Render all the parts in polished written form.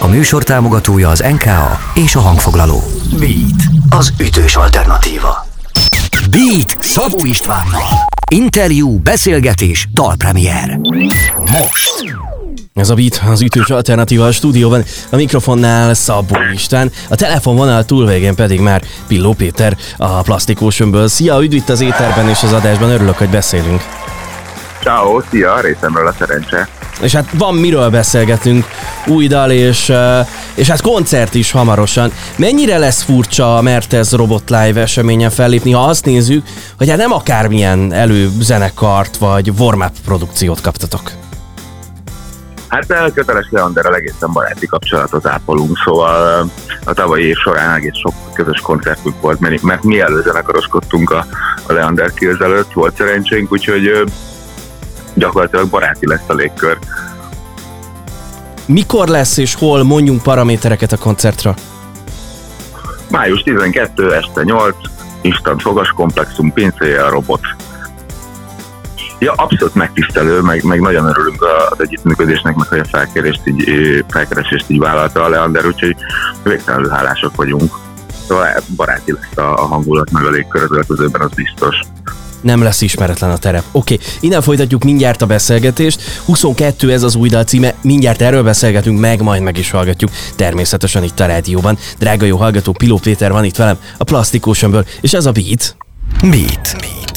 műsor támogatója az NKA és a hangfoglaló. Beat, az ütős alternatíva. Beat Szabó Istvánnal. Interjú, beszélgetés, dalpremier. Most! Ez a Beat, az ütős alternatíva a stúdióban, a mikrofonnál Szabó István, a telefonvonal túlvégén pedig már Pilló Péter a Plastic Oceanből. Szia, üdv itt az éterben és az adásban, örülök, hogy beszélünk. Ciao, szia, részemről a szerencse. És hát van miről beszélgetünk, új dal és hát koncert is hamarosan. Mennyire lesz furcsa a Mertez Robot Live eseményen fellépni, ha azt nézzük, hogy hát nem akármilyen előzenekart vagy warm-up produkciót kaptatok? Hát Köteles Leanderrel egészen baráti kapcsolatot ápolunk, szóval a tavalyi év során egész sok közös koncertünk volt, mert mi előzenekaroskodtunk a Leander Kills előtt, volt szerencsénk, úgyhogy gyakorlatilag baráti lesz a légkör. Mikor lesz és hol, mondjunk paramétereket a koncertra? Május 12, este 8, Instant Fogaskomplexum, pincéje a Robot. Ja, abszolút megtisztelő, meg nagyon örülünk az együttműködésnek, meg hogy a felkeresést így vállalta a Leander, úgyhogy végtelenül hálásak vagyunk. Szóval baráti lesz a hangulat, meg a légkör az öltözőben, az biztos. Nem lesz ismeretlen a terep. Oké, innen folytatjuk mindjárt a beszélgetést. 22 ez az új dal címe, mindjárt erről beszélgetünk, majd meg is hallgatjuk. Természetesen itt a rádióban. Drága jó hallgató, Pilló Péter van itt velem a Plastic Oceanből, és ez a Beat. Beat.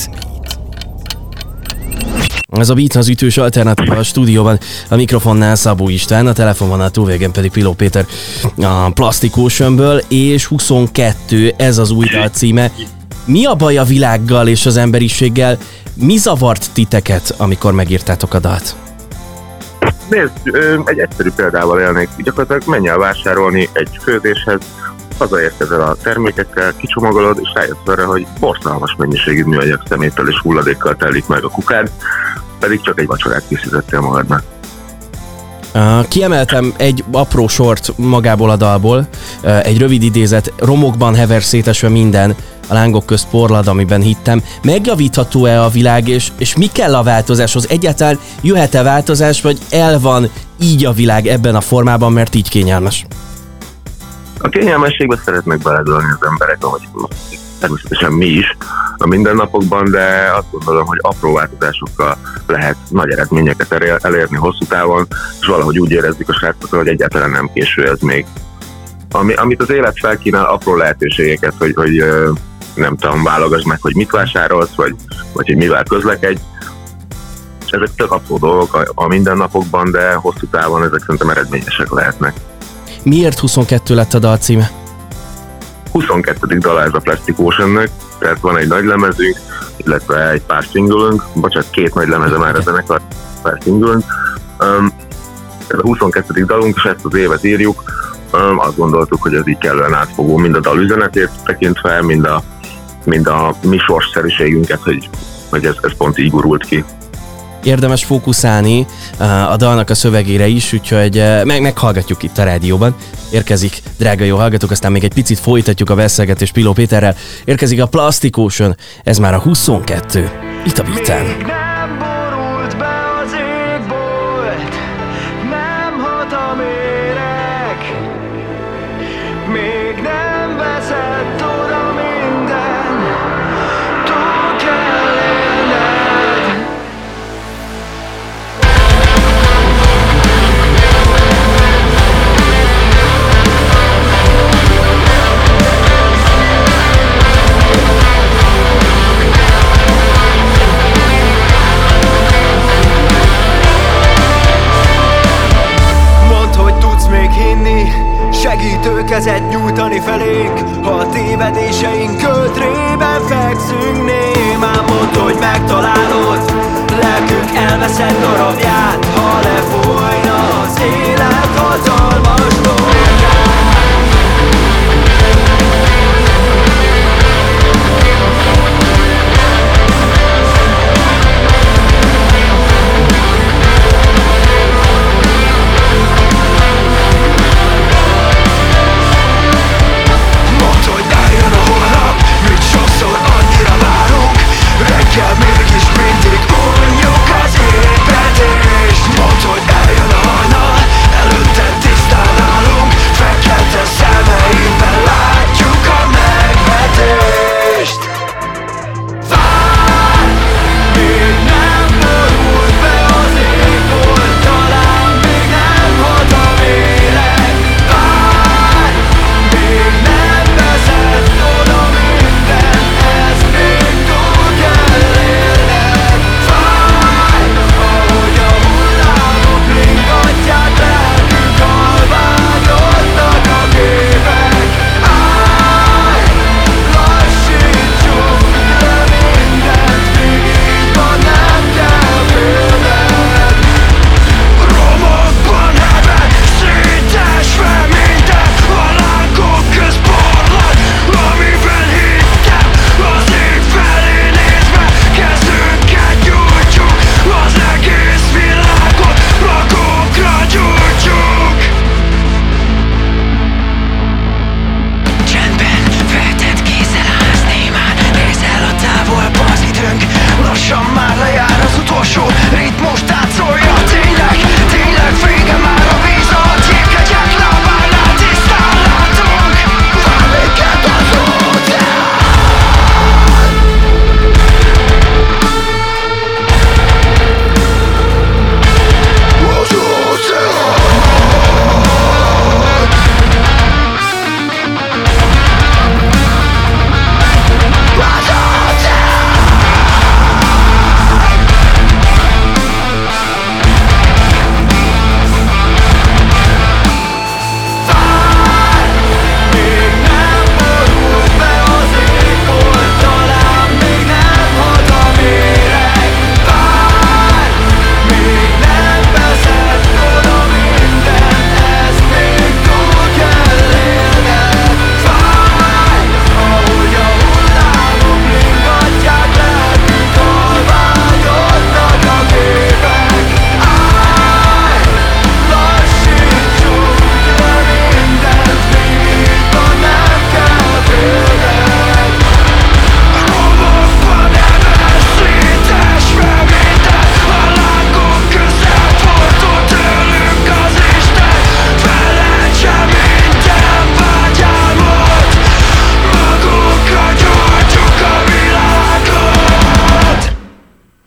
Ez a Beat, az ütős alternatíva a stúdióban, a mikrofonnál Szabó István, a telefonvonal túlvégén pedig Pilló Péter a Plastic Oceanből, és 22 ez az új dal címe. Mi a baj a világgal és az emberiséggel? Mi zavart titeket, amikor megírtátok a dalt? Nézd, egy egyszerű példával élnék. Gyakorlatilag menj el vásárolni egy főzéshez, hazaérkezel a termékekkel, kicsomagolod, és rájössz arra, hogy borzalmas mennyiségű műanyag szeméttel és hulladékkal telik meg a kukád, pedig csak egy vacsorát készítettél magadnak. Kiemeltem egy apró sort magából a dalból, egy rövid idézet, romokban hever szétesve minden, a lángok közt porlad, amiben hittem. Megjavítható-e a világ, és mi kell a változáshoz? Egyáltalán jöhet-e változás, vagy el van így a világ ebben a formában, mert így kényelmes? A kényelmességbe szeretnek beledölni az emberek, ahogy természetesen mi is a mindennapokban, de azt gondolom, hogy apró változásokkal lehet nagy eredményeket elérni hosszú távon, és valahogy úgy érezzük a srácokra, hogy egyáltalán nem késő ez még. Amit az élet felkínál, apró lehetőségeket, hogy nem tudom, válogass meg, hogy mit vásárolsz, vagy hogy mivel közlekedj. Ezek tök apró dolgok a mindennapokban, de hosszú távon ezek szerintem eredményesek lehetnek. Miért 22 lett a dal címe? 22. dal ez a Plastic Oceannek, tehát van egy nagy lemezünk, illetve egy pár singleünk, két nagy lemeze már a zenekar, pár singleünk. Ez a 22. dalunk, és ezt az évet írjuk. Azt gondoltuk, hogy ez így kellően átfogó, mind a dal üzenetét tekintve, mind a mi sorsszerűségünket, hogy ez pont így gurult ki. Érdemes fókuszálni a dalnak a szövegére is, úgyhogy meghallgatjuk itt a rádióban. Érkezik, drága jó hallgatók, aztán még egy picit folytatjuk a beszélgetést Pilló Péterrel. Érkezik a Plastic Ocean, ez már a 22, itt a Beaten. Segítőkezet nyújtani felénk, ha a tévedéseink kötrében fekszünk. Némán mondd, hogy megtalálod lelkünk elveszett darabját, ha lefolyna az élet hatalmas dolgát. Mégis mindig mondjuk az ébredés. Mondd, hogy eljön a hajnal,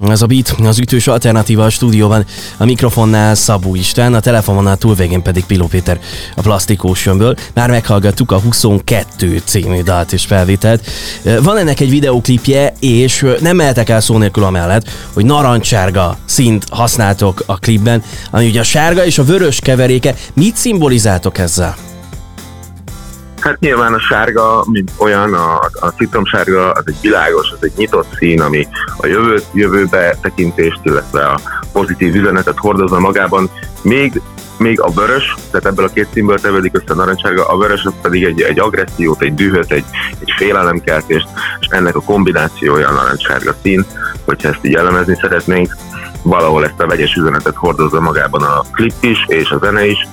Ez a Beat, az ütős alternatíva a stúdióban, a mikrofonnál Szabó István, a telefononál túlvégén pedig Piló Péter a Plastic Oceanből. Már meghallgattuk a 22 című dalt és felvételt. Van ennek egy videóklipje, és nem mehetek el szó nélkül amellett, hogy narancssárga színt használtok a klipben, ami ugye a sárga és a vörös keveréke. Mit szimbolizáltok ezzel? Hát nyilván a sárga, mint olyan, a citromsárga, az egy világos, az egy nyitott szín, ami a jövőbe tekintést, illetve a pozitív üzenetet hordozza magában. Még a vörös, tehát ebből a két színből tevődik össze a narancssárga, a vörös az pedig egy agressziót, egy dühöt, egy félelemkeltést, és ennek a kombinációja a narancssárga szín, hogyha ezt így elemezni szeretnénk, valahol ezt a vegyes üzenetet hordozza magában a klip is, és a zene is.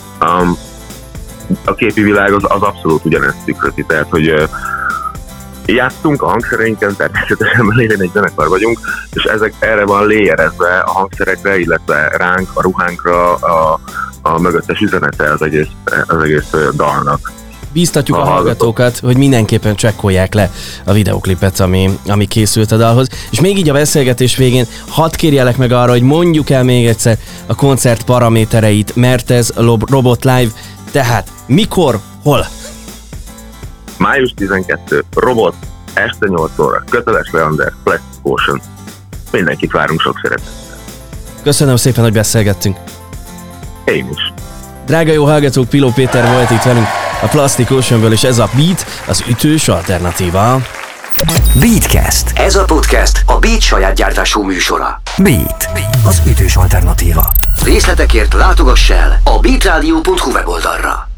A képi világ az abszolút ugyanezt tükrözi, tehát hogy játszunk a hangszereinken, természetesen lévén egy zenekar vagyunk, és ezek erre van léjerezve a hangszerekre, illetve ránk, a ruhánkra, a mögöttes üzenete az egész dalnak. Bíztatjuk a hallgatókat, hogy mindenképpen csekkolják le a videoklipet, ami készült a dalhoz. És még így a beszélgetés végén hadd kérjelek meg arra, hogy mondjuk el még egyszer a koncert paramétereit, mert ez Robot Live, tehát mikor, hol? Május 12, Robot, este 8 óra, Köteles Leander, Plastic Ocean. Mindenkit várunk sok szeretettel. Köszönöm szépen, hogy beszélgettünk. Én is. Drága jó hallgatók, Piló Péter volt itt velünk a Plastic Oceanből, és ez a Beat, az ütős alternatíva. Beatcast. Ez a podcast a Beat saját gyártású műsora. Beat, az ütős alternatíva. Részletekért látogass el a beatradio.hu weboldalra.